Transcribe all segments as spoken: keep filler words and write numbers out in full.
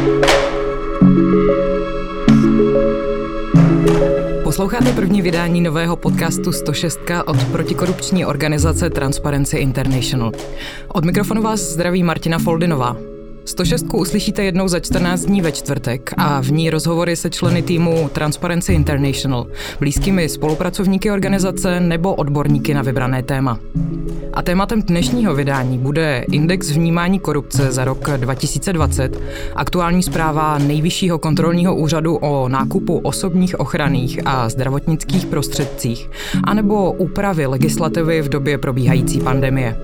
Posloucháte první vydání nového podcastu sto šest od protikorupční organizace Transparency International. Od mikrofonu vás zdraví Martina Foldinová. sto šest uslyšíte jednou za čtrnáct dní ve čtvrtek a v ní rozhovory se členy týmu Transparency International, blízkými spolupracovníky organizace nebo odborníky na vybrané téma. A tématem dnešního vydání bude index vnímání korupce za rok dva tisíce dvacet, aktuální zpráva Nejvyššího kontrolního úřadu o nákupu osobních ochranných a zdravotnických prostředcích, anebo úpravy legislativy v době probíhající pandemie.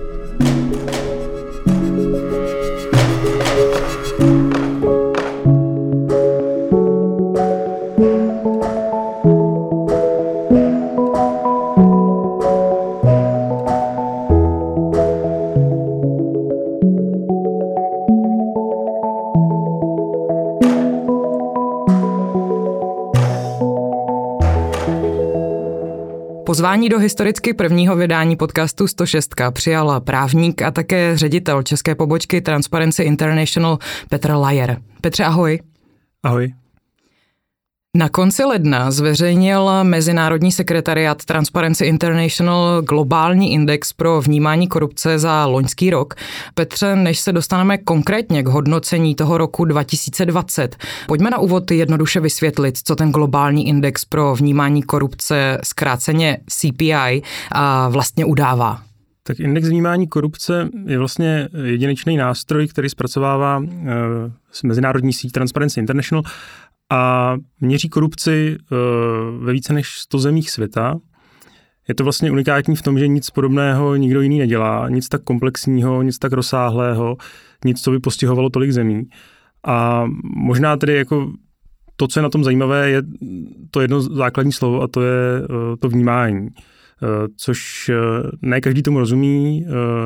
Pozvání do historicky prvního vydání podcastu sto šest přijala právník a také ředitel české pobočky Transparency International Petr Lajer. Petře, ahoj. Ahoj. Na konci ledna zveřejnil Mezinárodní sekretariát Transparency International globální index pro vnímání korupce za loňský rok. Petře, než se dostaneme konkrétně k hodnocení toho roku dva tisíce dvacet, pojďme na úvod jednoduše vysvětlit, co ten globální index pro vnímání korupce, zkráceně C P I, vlastně udává. Tak index vnímání korupce je vlastně jedinečný nástroj, který zpracovává mezinárodní síť Transparency International a měří korupci ve více než sto zemích světa. Je to vlastně unikátní v tom, že nic podobného nikdo jiný nedělá, nic tak komplexního, nic tak rozsáhlého, nic, co by postihovalo tolik zemí. A možná tedy jako to, co je na tom zajímavé, je to jedno základní slovo a to je to vnímání, což ne každý tomu rozumí.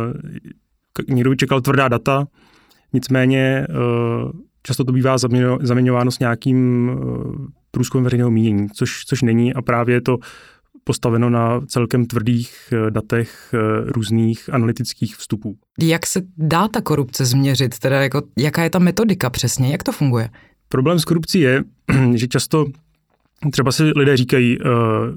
Někdo by čekal tvrdá data, nicméně často to bývá zaměňováno s nějakým průzkumem veřejného mínění, což, což není a právě je to postaveno na celkem tvrdých datech různých analytických vstupů. Jak se dá ta korupce změřit? Teda jako, jaká je ta metodika přesně? Jak to funguje? Problém s korupcí je, že často třeba si lidé říkají, uh,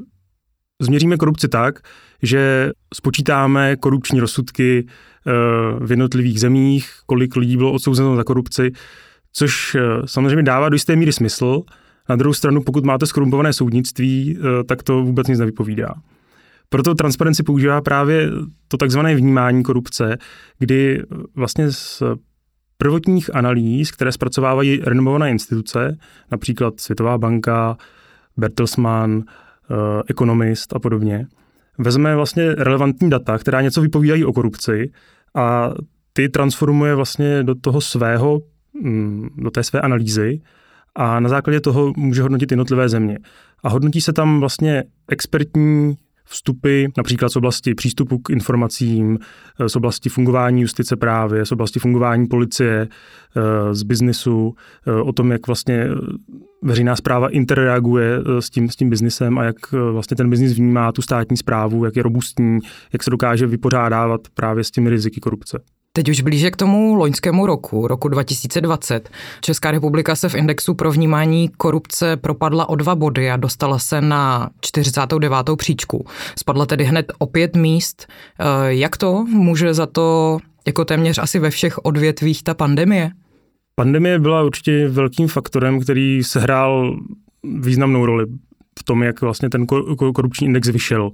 změříme korupci tak, že spočítáme korupční rozsudky uh, v jednotlivých zemích, kolik lidí bylo odsouzeno za korupci, což samozřejmě dává do jisté míry smysl. Na druhou stranu, pokud máte zkorumpované soudnictví, tak to vůbec nic nevypovídá. Proto Transparency používá právě to takzvané vnímání korupce, kdy vlastně z prvotních analýz, které zpracovávají renomované instituce, například Světová banka, Bertelsmann, Economist a podobně, vezme vlastně relevantní data, která něco vypovídají o korupci a ty transformuje vlastně do toho svého do té své analýzy a na základě toho může hodnotit jednotlivé země. A hodnotí se tam vlastně expertní vstupy, například z oblasti přístupu k informacím, z oblasti fungování justice právě, z oblasti fungování policie, z biznisu, o tom, jak vlastně veřejná správa interreaguje s tím, s tím biznisem a jak vlastně ten biznis vnímá tu státní správu, jak je robustní, jak se dokáže vypořádávat právě s těmi riziky korupce. Teď už blíže k tomu loňskému roku, roku dva tisíce dvacet. Česká republika se v indexu pro vnímání korupce propadla o dva body a dostala se na čtyřicátou devátou příčku. Spadla tedy hned o pět míst. Jak to může za to, jako téměř asi ve všech odvětvích, ta pandemie? Pandemie byla určitě velkým faktorem, který sehrál významnou roli v tom, jak vlastně ten korupční index vyšel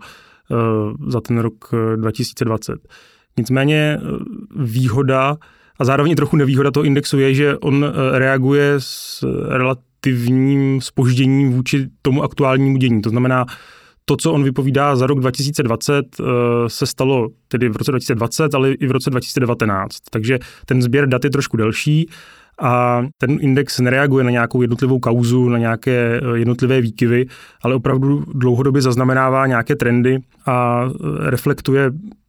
za ten rok dva tisíce dvacet. Nicméně výhoda a zároveň trochu nevýhoda toho indexu je, že on reaguje s relativním zpožděním vůči tomu aktuálnímu dění. To znamená, to, co on vypovídá za rok dva tisíce dvacet, se stalo tedy v roce dva tisíce dvacet, ale i v roce dva tisíce devatenáct. Takže ten sběr dat je trošku delší a ten index nereaguje na nějakou jednotlivou kauzu, na nějaké jednotlivé výkyvy, ale opravdu dlouhodobě zaznamenává nějaké trendy a reflektuje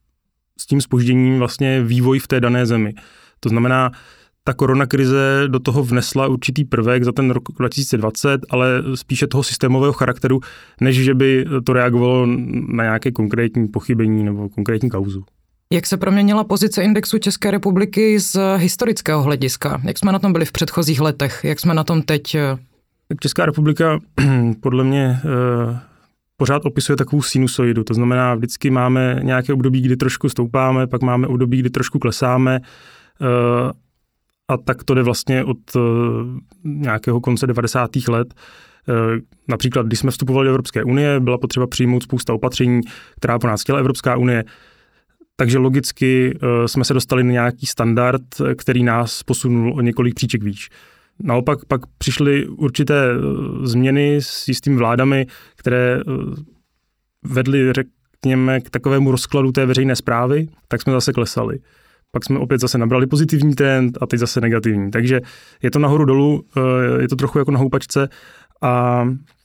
s tím zpožděním vlastně vývoj v té dané zemi. To znamená, ta koronakrize do toho vnesla určitý prvek za ten rok dva tisíce dvacet, ale spíše toho systémového charakteru, než že by to reagovalo na nějaké konkrétní pochybení nebo konkrétní kauzu. Jak se proměnila pozice indexu České republiky z historického hlediska? Jak jsme na tom byli v předchozích letech? Jak jsme na tom teď? Česká republika podle mě eh, pořád opisuje takovou sinusoidu. To znamená, vždycky máme nějaké období, kdy trošku stoupáme, pak máme období, kdy trošku klesáme. Eh, a tak to jde vlastně od eh, nějakého konce devadesátých let. Eh, například, když jsme vstupovali do Evropské unie, byla potřeba přijmout spousta opatření, která po nás chtěla Evropská unie. Takže logicky uh, jsme se dostali na nějaký standard, který nás posunul o několik příček výš. Naopak pak přišly určité uh, změny s jistými vládami, které uh, vedly, řekněme, k takovému rozkladu té veřejné správy, tak jsme zase klesali. Pak jsme opět zase nabrali pozitivní trend a teď zase negativní. Takže je to nahoru dolů, uh, je to trochu jako na houpačce a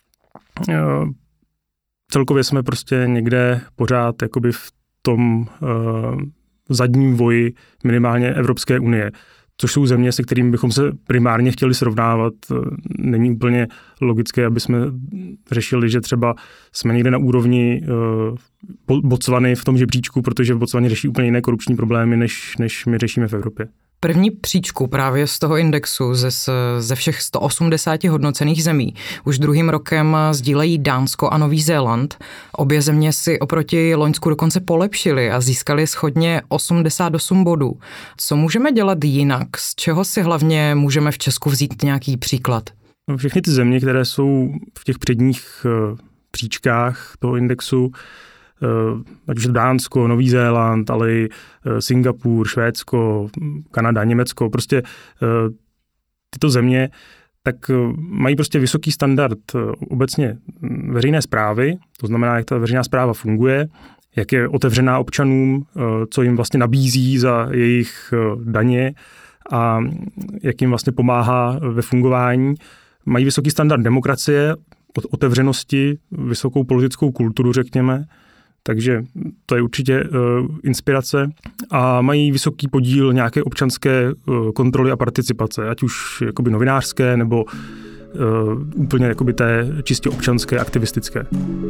uh, celkově jsme prostě někde pořád jakoby v tom uh, zadním voji minimálně Evropské unie, což jsou země, se kterými bychom se primárně chtěli srovnávat. Není úplně logické, aby jsme řešili, že třeba jsme někde na úrovni uh, Botswany v tom žebříčku, protože v Botswaně řeší úplně jiné korupční problémy, než, než my řešíme v Evropě. První příčku právě z toho indexu ze, ze všech sto osmdesáti hodnocených zemí už druhým rokem sdílejí Dánsko a Nový Zéland. Obě země si oproti loňsku dokonce polepšily a získali shodně osmdesát osm bodů. Co můžeme dělat jinak? Z čeho si hlavně můžeme v Česku vzít nějaký příklad? Všechny ty země, které jsou v těch předních příčkách toho indexu, ať už Dánsko, Nový Zéland, ale i Singapur, Švédsko, Kanada, Německo, prostě tyto země, tak mají prostě vysoký standard obecně veřejné správy, to znamená, jak ta veřejná správa funguje, jak je otevřená občanům, co jim vlastně nabízí za jejich daně a jak jim vlastně pomáhá ve fungování. Mají vysoký standard demokracie, otevřenosti, vysokou politickou kulturu, řekněme, takže to je určitě uh, inspirace a mají vysoký podíl nějaké občanské uh, kontroly a participace, ať už jakoby novinářské nebo uh, úplně jakoby té čistě občanské, aktivistické.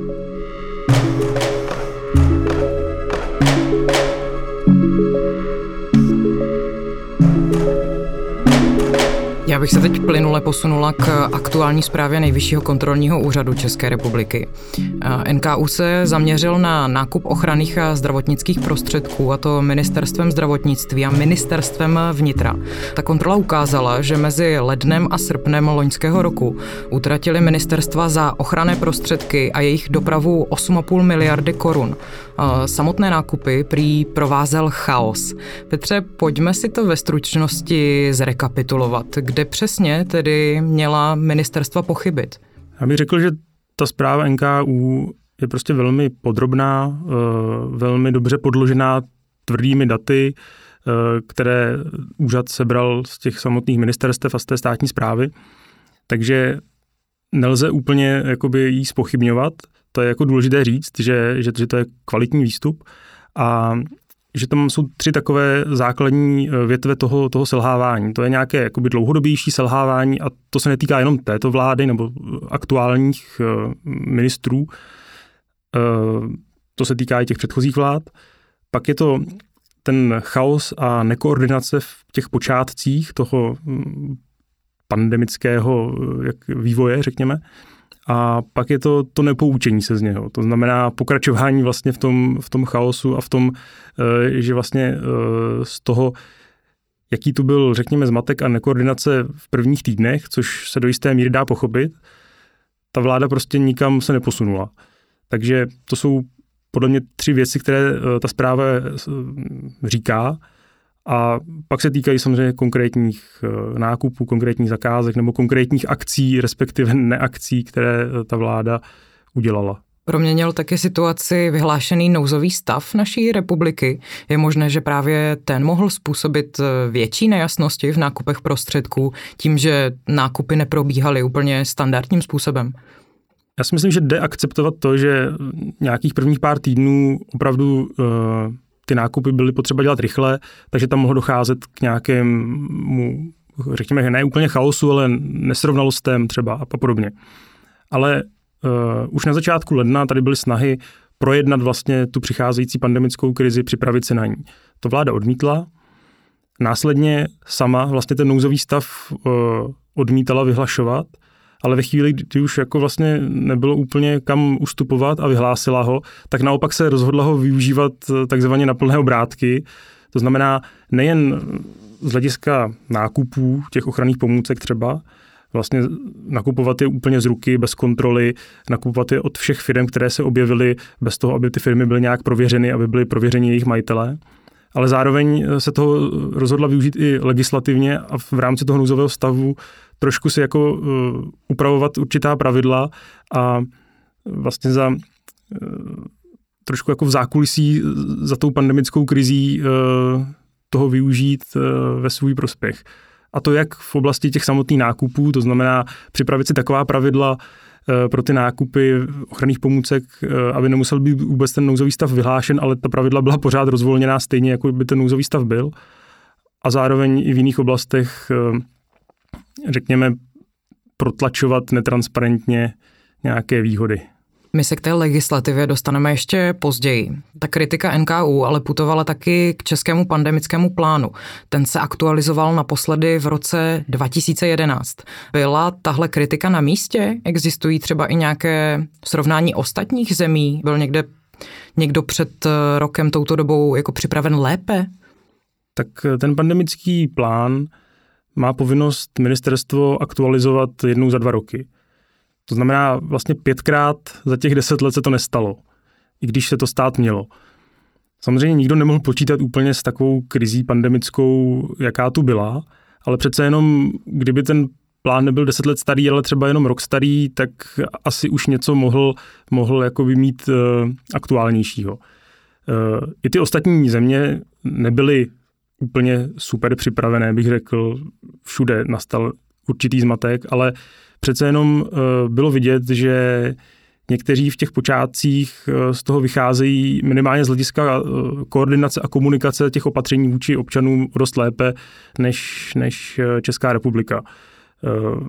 Já bych se teď plynule posunula k aktuální zprávě Nejvyššího kontrolního úřadu České republiky. N K U se zaměřil na nákup ochranných a zdravotnických prostředků, a to ministerstvem zdravotnictví a ministerstvem vnitra. Ta kontrola ukázala, že mezi lednem a srpnem loňského roku utratili ministerstva za ochranné prostředky a jejich dopravu osm a půl miliardy korun. Samotné nákupy prý provázel chaos. Petře, pojďme si to ve stručnosti zrekapitulovat. Kde přesně tedy měla ministerstva pochybit? Já bych řekl, že ta zpráva N K U je prostě velmi podrobná, velmi dobře podložená tvrdými daty, které úřad sebral z těch samotných ministerstev a z té státní správy. Takže nelze úplně jakoby jí zpochybňovat. To je jako důležité říct, že, že, že to je kvalitní výstup a že tam jsou tři takové základní větve toho, toho selhávání. To je nějaké jakoby dlouhodobější selhávání a to se netýká jenom této vlády nebo aktuálních ministrů. To se týká i těch předchozích vlád. Pak je to ten chaos a nekoordinace v těch počátcích toho pandemického vývoje, řekněme. A pak je to to nepoučení se z něho. To znamená pokračování vlastně v tom, v tom chaosu a v tom, že vlastně z toho, jaký tu byl, řekněme, zmatek a nekoordinace v prvních týdnech, což se do jisté míry dá pochopit, ta vláda prostě nikam se neposunula. Takže to jsou podle mě tři věci, které ta zpráva říká. A pak se týkají samozřejmě konkrétních nákupů, konkrétních zakázek nebo konkrétních akcí, respektive neakcí, které ta vláda udělala. Proměnil taky situaci vyhlášený nouzový stav naší republiky. Je možné, že právě ten mohl způsobit větší nejasnosti v nákupech prostředků tím, že nákupy neprobíhaly úplně standardním způsobem? Já si myslím, že jde akceptovat to, že nějakých prvních pár týdnů opravdu uh, ty nákupy byly potřeba dělat rychle, takže tam mohlo docházet k nějakému, řekněme, ne úplně chaosu, ale nesrovnalostem třeba a podobně. Ale uh, už na začátku ledna tady byly snahy projednat vlastně tu přicházející pandemickou krizi, připravit se na ní. To vláda odmítla. Následně sama vlastně ten nouzový stav uh, odmítala vyhlašovat, ale ve chvíli, kdy už jako vlastně nebylo úplně kam ustupovat a vyhlásila ho, tak naopak se rozhodla ho využívat takzvaně na plné obrátky. To znamená nejen z hlediska nákupů těch ochranných pomůcek třeba, vlastně nakupovat je úplně z ruky, bez kontroly, nakupovat je od všech firm, které se objevily, bez toho, aby ty firmy byly nějak prověřeny, aby byly prověřeni jejich majitelé. Ale zároveň se toho rozhodla využít i legislativně a v rámci toho nouzového stavu trošku si jako uh, upravovat určitá pravidla a vlastně za uh, trošku jako v zákulisí za tou pandemickou krizí uh, toho využít uh, ve svůj prospěch. A to jak v oblasti těch samotných nákupů, to znamená připravit si taková pravidla uh, pro ty nákupy ochranných pomůcek, uh, aby nemusel být vůbec ten nouzový stav vyhlášen, ale ta pravidla byla pořád rozvolněná stejně, jako by ten nouzový stav byl. A zároveň i v jiných oblastech uh, řekněme, protlačovat netransparentně nějaké výhody. My se k té legislativě dostaneme ještě později. Ta kritika N K U ale putovala taky k českému pandemickému plánu. Ten se aktualizoval naposledy v roce dva tisíce jedenáct. Byla tahle kritika na místě? Existují třeba i nějaké srovnání ostatních zemí? Byl někde někdo před rokem touto dobou jako připraven lépe? Tak ten pandemický plán má povinnost ministerstvo aktualizovat jednou za dva roky. To znamená, vlastně pětkrát za těch deset let se to nestalo, i když se to stát mělo. Samozřejmě nikdo nemohl počítat úplně s takovou krizí pandemickou, jaká tu byla, ale přece jenom, kdyby ten plán nebyl deset let starý, ale třeba jenom rok starý, tak asi už něco mohl, mohl jako mít uh, aktuálnějšího. Uh, I ty ostatní země nebyly úplně super připravené, bych řekl, všude nastal určitý zmatek, ale přece jenom uh, bylo vidět, že někteří v těch počátcích uh, z toho vycházejí minimálně z hlediska uh, koordinace a komunikace těch opatření vůči občanům dost lépe než, než uh, Česká republika. Uh,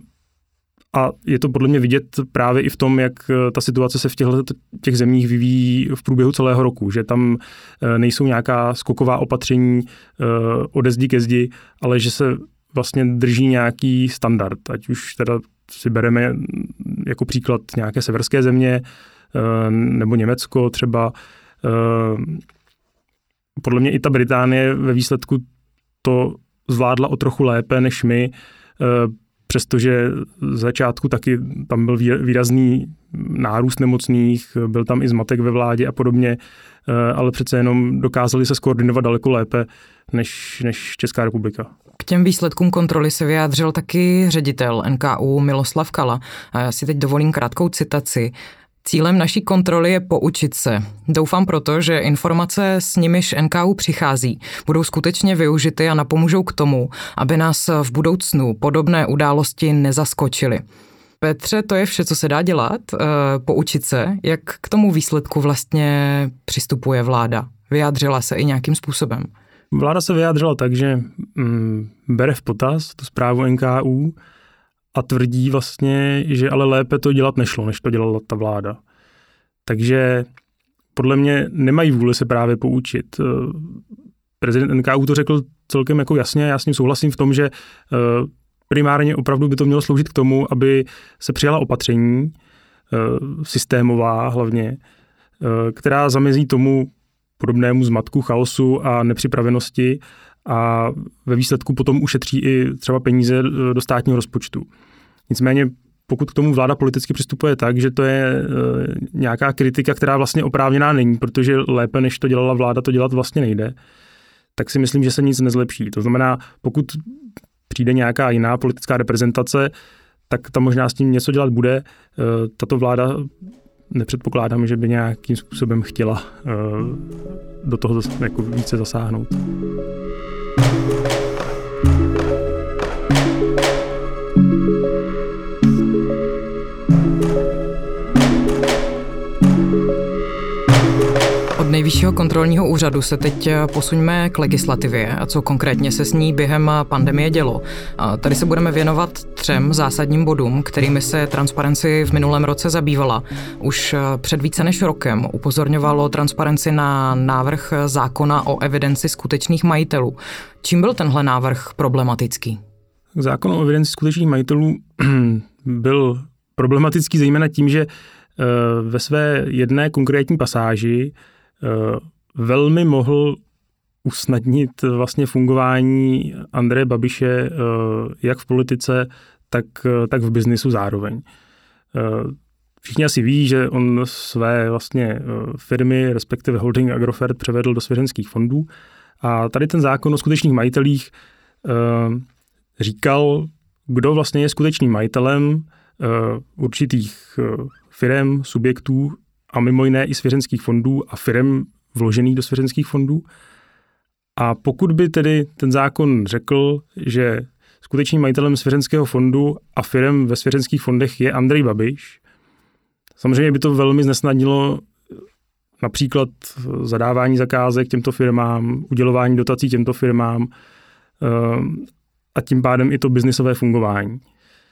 a je to podle mě vidět právě i v tom, jak ta situace se v těchto těch zemích vyvíjí v průběhu celého roku, že tam nejsou nějaká skoková opatření ode zdi ke zdi, ale že se vlastně drží nějaký standard, ať už teda si bereme jako příklad nějaké severské země nebo Německo třeba. Podle mě i ta Británie ve výsledku to zvládla o trochu lépe než my, přestože z začátku taky tam byl výrazný nárůst nemocných, byl tam i zmatek ve vládě a podobně, ale přece jenom dokázali se skoordinovat daleko lépe než, než Česká republika. K těm výsledkům kontroly se vyjádřil taky ředitel N K U Miloslav Kala. A já si teď dovolím krátkou citaci. Cílem naší kontroly je poučit se. Doufám proto, že informace, s nimiž N K U přichází, budou skutečně využity a napomůžou k tomu, aby nás v budoucnu podobné události nezaskočily. Petře, to je vše, co se dá dělat, e, poučit se, jak k tomu výsledku vlastně přistupuje vláda. Vyjádřila se i nějakým způsobem. Vláda se vyjádřila tak, že mm, bere v potaz tu zprávu N K U a tvrdí vlastně, že ale lépe to dělat nešlo, než to dělala ta vláda. Takže podle mě nemají vůli se právě poučit. Prezident N K U to řekl celkem jako jasně, já s ním souhlasím v tom, že primárně opravdu by to mělo sloužit k tomu, aby se přijala opatření, systémová hlavně, která zamezí tomu podobnému zmatku, chaosu a nepřipravenosti a ve výsledku potom ušetří i třeba peníze do státního rozpočtu. Nicméně pokud k tomu vláda politicky přistupuje tak, že to je e, nějaká kritika, která vlastně oprávněná není, protože lépe, než to dělala vláda, to dělat vlastně nejde, tak si myslím, že se nic nezlepší. To znamená, pokud přijde nějaká jiná politická reprezentace, tak ta možná s tím něco dělat bude. E, tato vláda nepředpokládám, že by nějakým způsobem chtěla e, do toho jako více zasáhnout. Od Od Nejvyššího kontrolního úřadu se teď posuňme k legislativě a co konkrétně se s ní během pandemie dělo. A tady se budeme věnovat třem zásadním bodům, kterými se Transparency v minulém roce zabývala. Už před více než rokem upozorňovalo Transparency na návrh zákona o evidenci skutečných majitelů. Čím byl tenhle návrh problematický? Zákon o evidenci skutečných majitelů byl problematický zejména tím, že ve své jedné konkrétní pasáži velmi mohl usnadnit vlastně fungování Andreje Babiše jak v politice, tak, tak v biznisu zároveň. Všichni asi ví, že on své vlastně firmy, respektive holding Agrofert, převedl do svěřenských fondů a tady ten zákon o skutečných majitelích říkal, kdo vlastně je skutečným majitelem určitých firem, subjektů a mimo jiné i svěřenských fondů a firem vložených do svěřenských fondů. A pokud by tedy ten zákon řekl, že skutečným majitelem svěřenského fondu a firem ve svěřenských fondech je Andrej Babiš, samozřejmě by to velmi znesnadnilo například zadávání zakázek těmto firmám, udělování dotací těmto firmám a tím pádem i to biznisové fungování.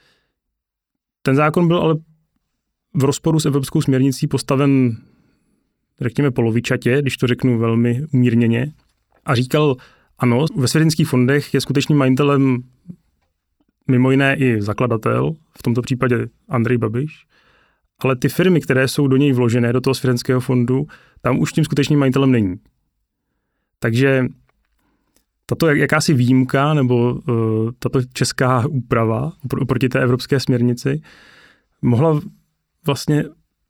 Ten zákon byl ale v rozporu s evropskou směrnicí postaven, řekněme, polovičatě, když to řeknu velmi umírněně, a říkal, ano, ve svěřenských fondech je skutečným majitelem mimo jiné i zakladatel, v tomto případě Andrej Babiš, ale ty firmy, které jsou do něj vložené, do toho svěřenského fondu, tam už tím skutečným majitelem není. Takže tato jakási výjimka nebo uh, tato česká úprava oproti té evropské směrnici mohla vlastně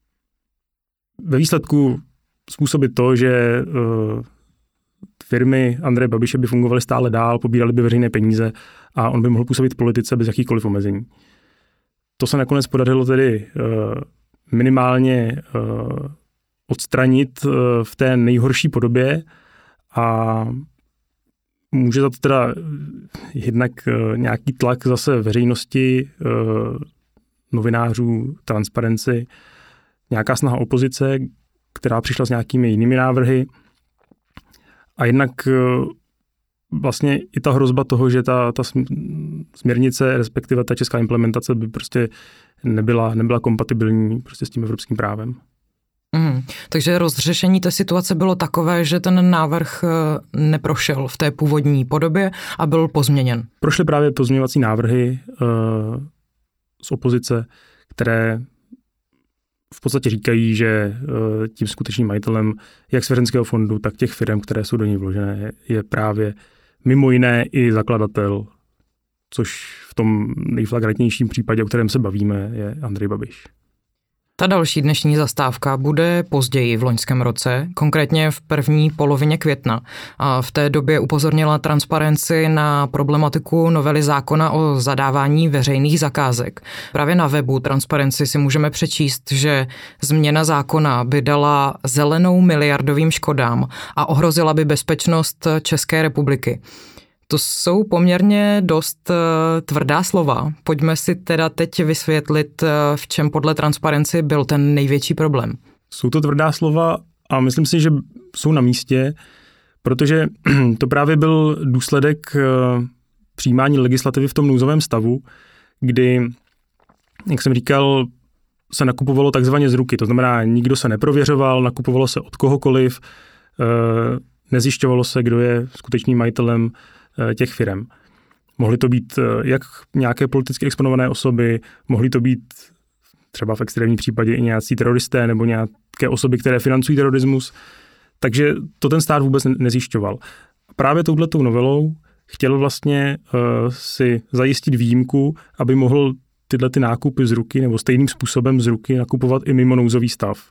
ve výsledku způsobit to, že uh, firmy Andreje Babiše by fungovaly stále dál, pobíraly by veřejné peníze a on by mohl působit v politice bez jakýchkoliv omezení. To se nakonec podařilo tedy uh, minimálně uh, odstranit uh, v té nejhorší podobě a může za to teda jednak uh, nějaký tlak zase veřejnosti, uh, novinářů, Transparency, nějaká snaha opozice, která přišla s nějakými jinými návrhy. A jednak uh, vlastně i ta hrozba toho, že ta, ta směrnice, respektive ta česká implementace by prostě nebyla, nebyla kompatibilní prostě s tím evropským právem. Mm, takže rozřešení té situace bylo takové, že ten návrh neprošel v té původní podobě a byl pozměněn. Prošly právě pozměňovací návrhy uh, z opozice, které v podstatě říkají, že uh, tím skutečným majitelem jak svěřenského fondu, tak těch firm, které jsou do něj vložené, je právě mimo jiné i zakladatel, což v tom nejflagrantnějším případě, o kterém se bavíme, je Andrej Babiš. Ta další dnešní zastávka bude později v loňském roce, konkrétně v první polovině května. A v té době upozornila Transparency na problematiku novely zákona o zadávání veřejných zakázek. Právě na webu Transparency si můžeme přečíst, že změna zákona by dala zelenou miliardovým škodám a ohrozila by bezpečnost České republiky. To jsou poměrně dost uh, tvrdá slova. Pojďme si teda teď vysvětlit, uh, v čem podle Transparency byl ten největší problém. Jsou to tvrdá slova a myslím si, že jsou na místě, protože to právě byl důsledek uh, přijímání legislativy v tom nouzovém stavu, kdy, jak jsem říkal, se nakupovalo takzvaně z ruky. To znamená, nikdo se neprověřoval, nakupovalo se od kohokoliv, uh, nezjišťovalo se, kdo je skutečným majitelem těch firem. Mohly to být jak nějaké politicky exponované osoby, mohly to být třeba v extrémním případě i nějací teroristé nebo nějaké osoby, které financují terorismus. Takže to ten stát vůbec nezjišťoval. Právě touhletou novelou chtěl vlastně uh, si zajistit výjimku, aby mohl tyhle ty nákupy z ruky nebo stejným způsobem z ruky nakupovat i mimo nouzový stav.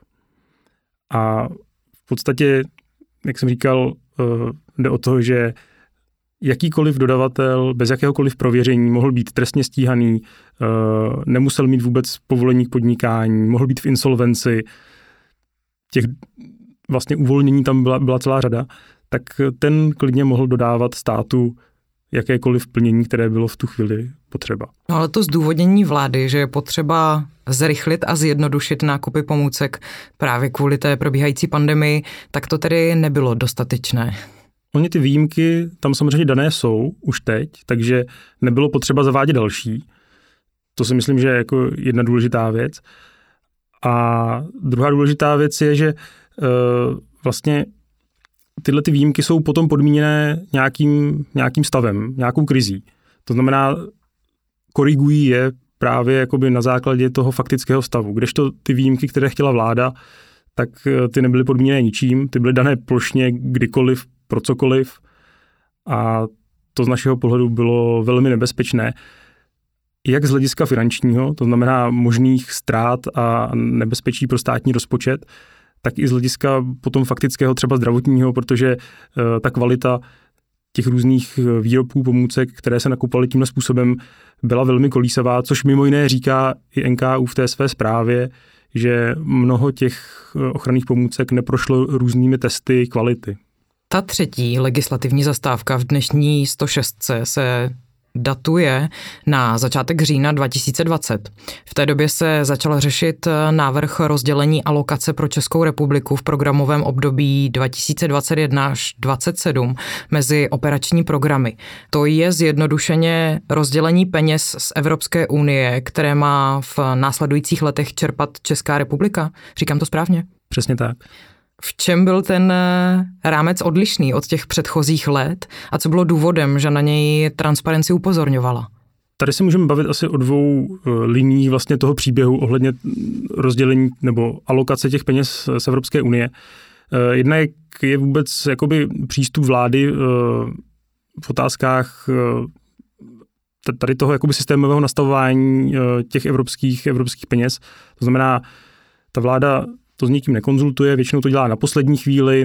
A v podstatě, jak jsem říkal, uh, jde o to, že jakýkoliv dodavatel bez jakéhokoliv prověření mohl být trestně stíhaný, nemusel mít vůbec povolení k podnikání, mohl být v insolvenci. Těch vlastně uvolnění tam byla, byla celá řada, tak ten klidně mohl dodávat státu jakékoliv plnění, které bylo v tu chvíli potřeba. No ale to zdůvodnění vlády, že je potřeba zrychlit a zjednodušit nákupy pomůcek právě kvůli té probíhající pandemii, tak to tedy nebylo dostatečné. Oni ty výjimky tam samozřejmě dané jsou už teď, takže nebylo potřeba zavádět další. To si myslím, že je jako jedna důležitá věc. A druhá důležitá věc je, že uh, vlastně tyhle ty výjimky jsou potom podmíněné nějakým, nějakým stavem, nějakou krizí. To znamená, korigují je právě jakoby na základě toho faktického stavu. Kdežto ty výjimky, které chtěla vláda, tak ty nebyly podmíněné ničím, ty byly dané plošně kdykoliv, pro cokoliv a to z našeho pohledu bylo velmi nebezpečné. Jak z hlediska finančního, to znamená možných ztrát a nebezpečí pro státní rozpočet, tak i z hlediska potom faktického třeba zdravotního, protože uh, ta kvalita těch různých výrobků, pomůcek, které se nakupovaly tímhle způsobem, byla velmi kolísavá, což mimo jiné říká i N K U v té své zprávě, že mnoho těch ochranných pomůcek neprošlo různými testy kvality. Ta třetí legislativní zastávka v dnešní sto šest se datuje na začátek října dva tisíce dvacet. V té době se začal řešit návrh rozdělení alokace pro Českou republiku v programovém období dva tisíce dvacet jedna až dvacet sedm mezi operační programy. To je zjednodušeně rozdělení peněz z Evropské unie, které má v následujících letech čerpat Česká republika. Říkám to správně? Přesně tak. V čem byl ten rámec odlišný od těch předchozích let a co bylo důvodem, že na něj Transparency upozorňovala? Tady se můžeme bavit asi o dvou liniích vlastně toho příběhu ohledně rozdělení nebo alokace těch peněz z Evropské unie. Jedna je, je vůbec jakoby přístup vlády v otázkách tady toho jakoby systémového nastavování těch evropských, evropských peněz. To znamená, ta vláda to s nikým nekonzultuje, většinou to dělá na poslední chvíli.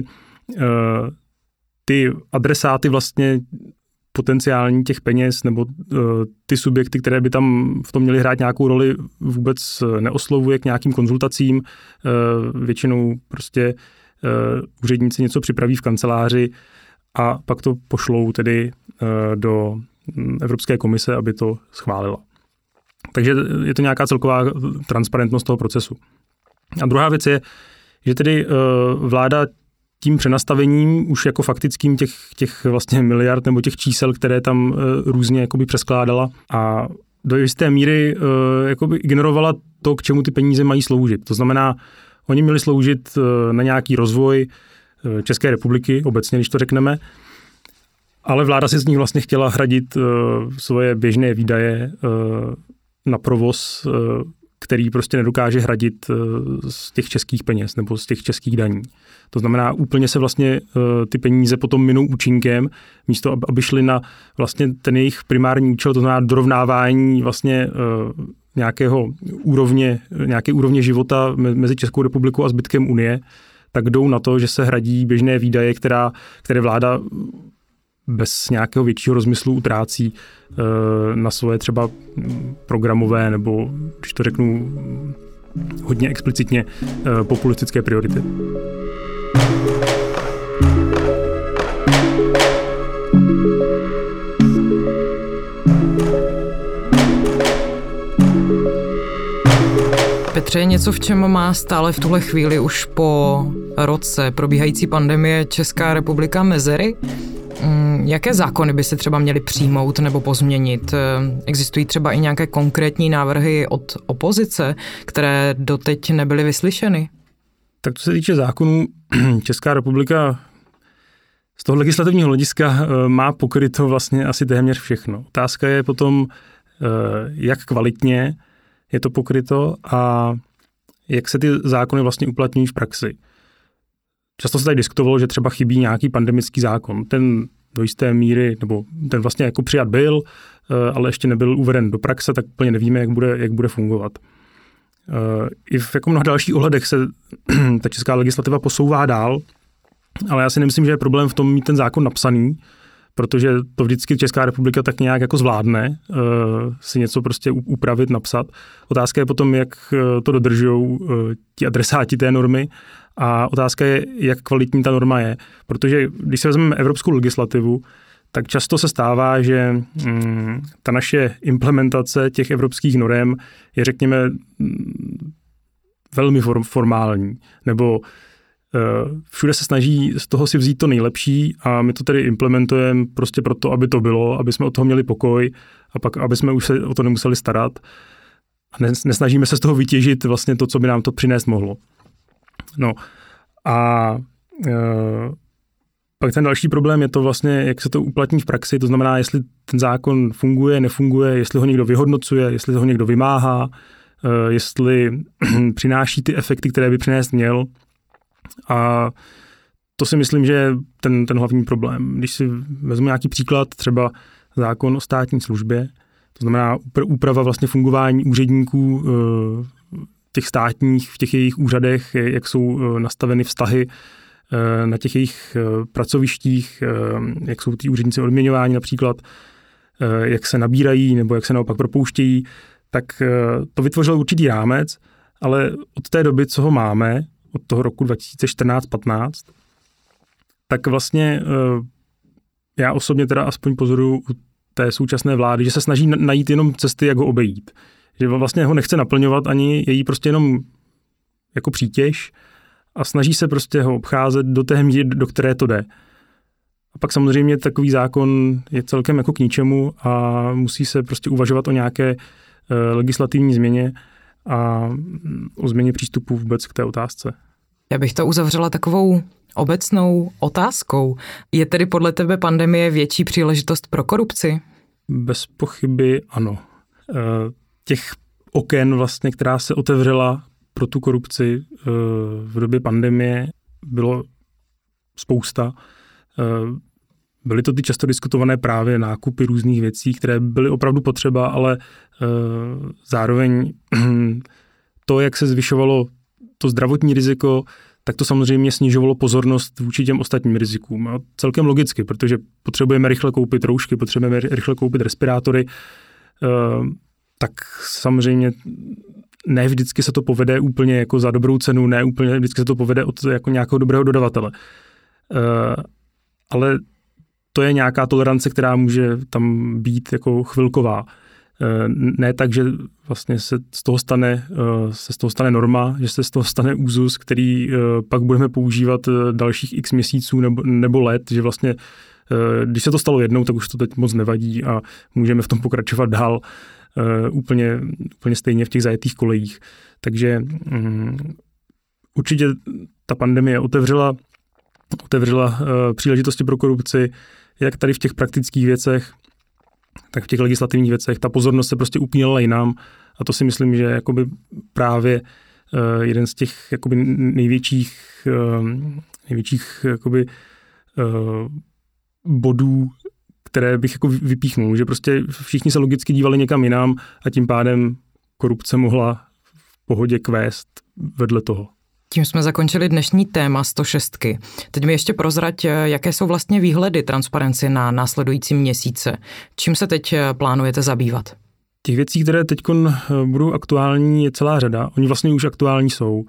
Ty adresáty vlastně potenciální těch peněz nebo ty subjekty, které by tam v tom měly hrát nějakou roli, vůbec neoslovuje k nějakým konzultacím. Většinou prostě úředníci něco připraví v kanceláři a pak to pošlou tedy do Evropské komise, aby to schválila. Takže je to nějaká celková transparentnost toho procesu. A druhá věc je, že tedy vláda tím přenastavením už jako faktickým těch, těch vlastně miliard nebo těch čísel, které tam různě jakoby přeskládala a do jisté míry jakoby ignorovala to, k čemu ty peníze mají sloužit. To znamená, oni měli sloužit na nějaký rozvoj České republiky, obecně, když to řekneme, ale vláda si z nich vlastně chtěla hradit svoje běžné výdaje na provoz, který prostě nedokáže hradit z těch českých peněz nebo z těch českých daní. To znamená, úplně se vlastně ty peníze potom minou účinkem, místo aby šly na vlastně ten jejich primární účel, to znamená dorovnávání vlastně nějakého úrovně, nějaké úrovně života mezi Českou republikou a zbytkem Unie, tak jdou na to, že se hradí běžné výdaje, která, které vláda bez nějakého většího rozmyslu utrácí na svoje třeba programové nebo, když to řeknu hodně explicitně, populistické priority. Petře, je něco, v čem má stále v tuhle chvíli už po roce probíhající pandemie Česká republika mezery? Jaké zákony by se třeba měly přijmout nebo pozměnit? Existují třeba i nějaké konkrétní návrhy od opozice, které doteď nebyly vyslyšeny? Tak co se týče zákonů, Česká republika z toho legislativního hlediska má pokryto vlastně asi téměř všechno. Otázka je potom, jak kvalitně je to pokryto a jak se ty zákony vlastně uplatňují v praxi. Často se tady diskutovalo, že třeba chybí nějaký pandemický zákon. Ten do jisté míry, nebo ten vlastně jako přijat byl, ale ještě nebyl uveden do praxe, tak úplně nevíme, jak bude, jak bude fungovat. I v jako mnoha dalších ohledech se ta česká legislativa posouvá dál, ale já si nemyslím, že je problém v tom mít ten zákon napsaný, protože to vždycky Česká republika tak nějak jako zvládne si něco prostě upravit, napsat. Otázka je potom, jak to dodržují ti adresáti té normy a otázka je, jak kvalitní ta norma je. Protože když se vezmeme evropskou legislativu, tak často se stává, že mm, ta naše implementace těch evropských norem je, řekněme, velmi form, formální, nebo uh, všude se snaží z toho si vzít to nejlepší a my to tedy implementujeme prostě proto, aby to bylo, aby jsme od toho měli pokoj a pak, aby jsme už se o to nemuseli starat. A nesnažíme se z toho vytěžit vlastně to, co by nám to přinést mohlo. No a uh, pak ten další problém je to vlastně, jak se to uplatní v praxi, to znamená, jestli ten zákon funguje, nefunguje, jestli ho někdo vyhodnocuje, jestli ho někdo vymáhá, jestli přináší ty efekty, které by přinést měl. A to si myslím, že je ten, ten hlavní problém. Když si vezmu nějaký příklad, třeba zákon o státní službě, to znamená úprava vlastně fungování úředníků těch státních, v těch jejich úřadech, jak jsou nastaveny vztahy na těch jejich pracovištích, jak jsou ty úředníci odměňováni například, jak se nabírají nebo jak se naopak propouštějí, tak to vytvořil určitý rámec, ale od té doby, co ho máme, od toho roku dva tisíce čtrnáct patnáct, tak vlastně já osobně teda aspoň pozoruju u té současné vlády, že se snaží najít jenom cesty, jak ho obejít. Že vlastně ho nechce naplňovat ani, je jí prostě jenom jako přítěž a snaží se prostě ho obcházet do té míry, do které to jde. A pak samozřejmě takový zákon je celkem jako k ničemu a musí se prostě uvažovat o nějaké legislativní změně a o změně přístupu vůbec k té otázce. Já bych to uzavřela takovou obecnou otázkou. Je tedy podle tebe pandemie větší příležitost pro korupci? Bez pochyby ano. Těch oken vlastně, která se otevřela pro tu korupci v době pandemie, bylo spousta. Byly to ty často diskutované právě nákupy různých věcí, které byly opravdu potřeba, ale uh, zároveň to, jak se zvyšovalo to zdravotní riziko, tak to samozřejmě snižovalo pozornost vůči těm ostatním rizikům. A celkem logicky, protože potřebujeme rychle koupit roušky, potřebujeme rychle koupit respirátory, uh, tak samozřejmě ne vždycky se to povede úplně jako za dobrou cenu, ne úplně vždycky se to povede od jako nějakého dobrého dodavatele. Uh, ale to je nějaká tolerance, která může tam být jako chvilková. Ne tak, že vlastně se z toho stane, se z toho stane norma, že se z toho stane úzus, který pak budeme používat dalších x měsíců nebo, nebo let, že vlastně, když se to stalo jednou, tak už to teď moc nevadí a můžeme v tom pokračovat dál úplně, úplně stejně v těch zajetých kolejích. Takže um, určitě ta pandemie otevřela, otevřela příležitosti pro korupci, jak tady v těch praktických věcech, tak v těch legislativních věcech. Ta pozornost se prostě upínala jinam a to si myslím, že je jakoby právě uh, jeden z těch jakoby největších, uh, největších jakoby, uh, bodů, které bych jako vypíchnul, že prostě všichni se logicky dívali někam jinam a tím pádem korupce mohla v pohodě kvést vedle toho. Tím jsme zakončili dnešní téma sto šest. Teď mi ještě prozrať, jaké jsou vlastně výhledy Transparency na následující měsíce. Čím se teď plánujete zabývat? Těch věcí, které teď budou aktuální, je celá řada. Oni vlastně už aktuální jsou.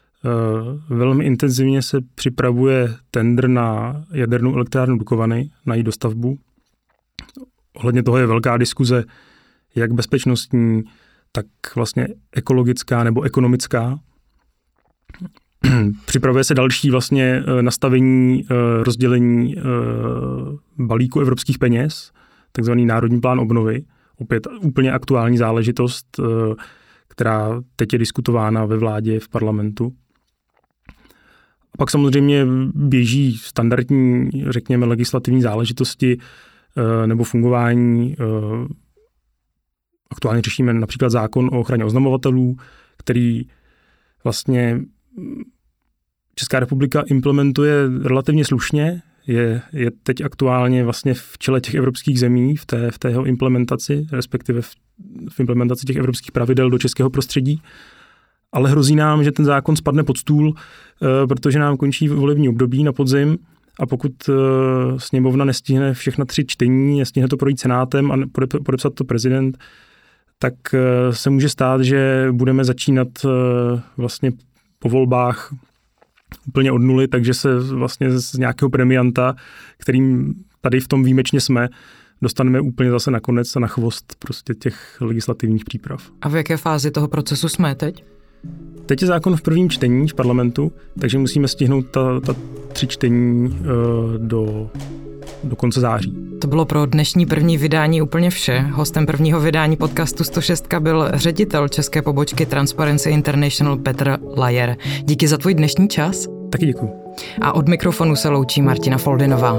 Velmi intenzivně se připravuje tendr na jadernou elektrárnu Dukovany, na její dostavbu. Ohledně toho je velká diskuze, jak bezpečnostní, tak vlastně ekologická nebo ekonomická. Připravuje se další vlastně nastavení rozdělení balíku evropských peněz, takzvaný Národní plán obnovy. Opět úplně aktuální záležitost, která teď je diskutována ve vládě, v parlamentu. A pak samozřejmě běží standardní, řekněme, legislativní záležitosti nebo fungování. Aktuálně řešíme například zákon o ochraně oznamovatelů, který vlastně Česká republika implementuje relativně slušně, je, je teď aktuálně vlastně v čele těch evropských zemí v té, v té jeho implementaci, respektive v, v implementaci těch evropských pravidel do českého prostředí, ale hrozí nám, že ten zákon spadne pod stůl, protože nám končí volební období na podzim a pokud sněmovna nestihne všechna tři čtení, nestihne to projít senátem a podepsat to prezident, tak se může stát, že budeme začínat vlastně po volbách úplně od nuly, takže se vlastně z nějakého premianta, kterým tady v tom výjimečně jsme, dostaneme úplně zase nakonec a na chvost prostě těch legislativních příprav. A v jaké fázi toho procesu jsme teď? Teď je zákon v prvním čtení v parlamentu, takže musíme stihnout ta, ta tři čtení uh, do, do konce září. To bylo pro dnešní první vydání úplně vše. Hostem prvního vydání podcastu sto šest byl ředitel české pobočky Transparency International Petr Lajer. Díky za tvůj dnešní čas. Taky děkuji. A od mikrofonu se loučí Martina Foldinová.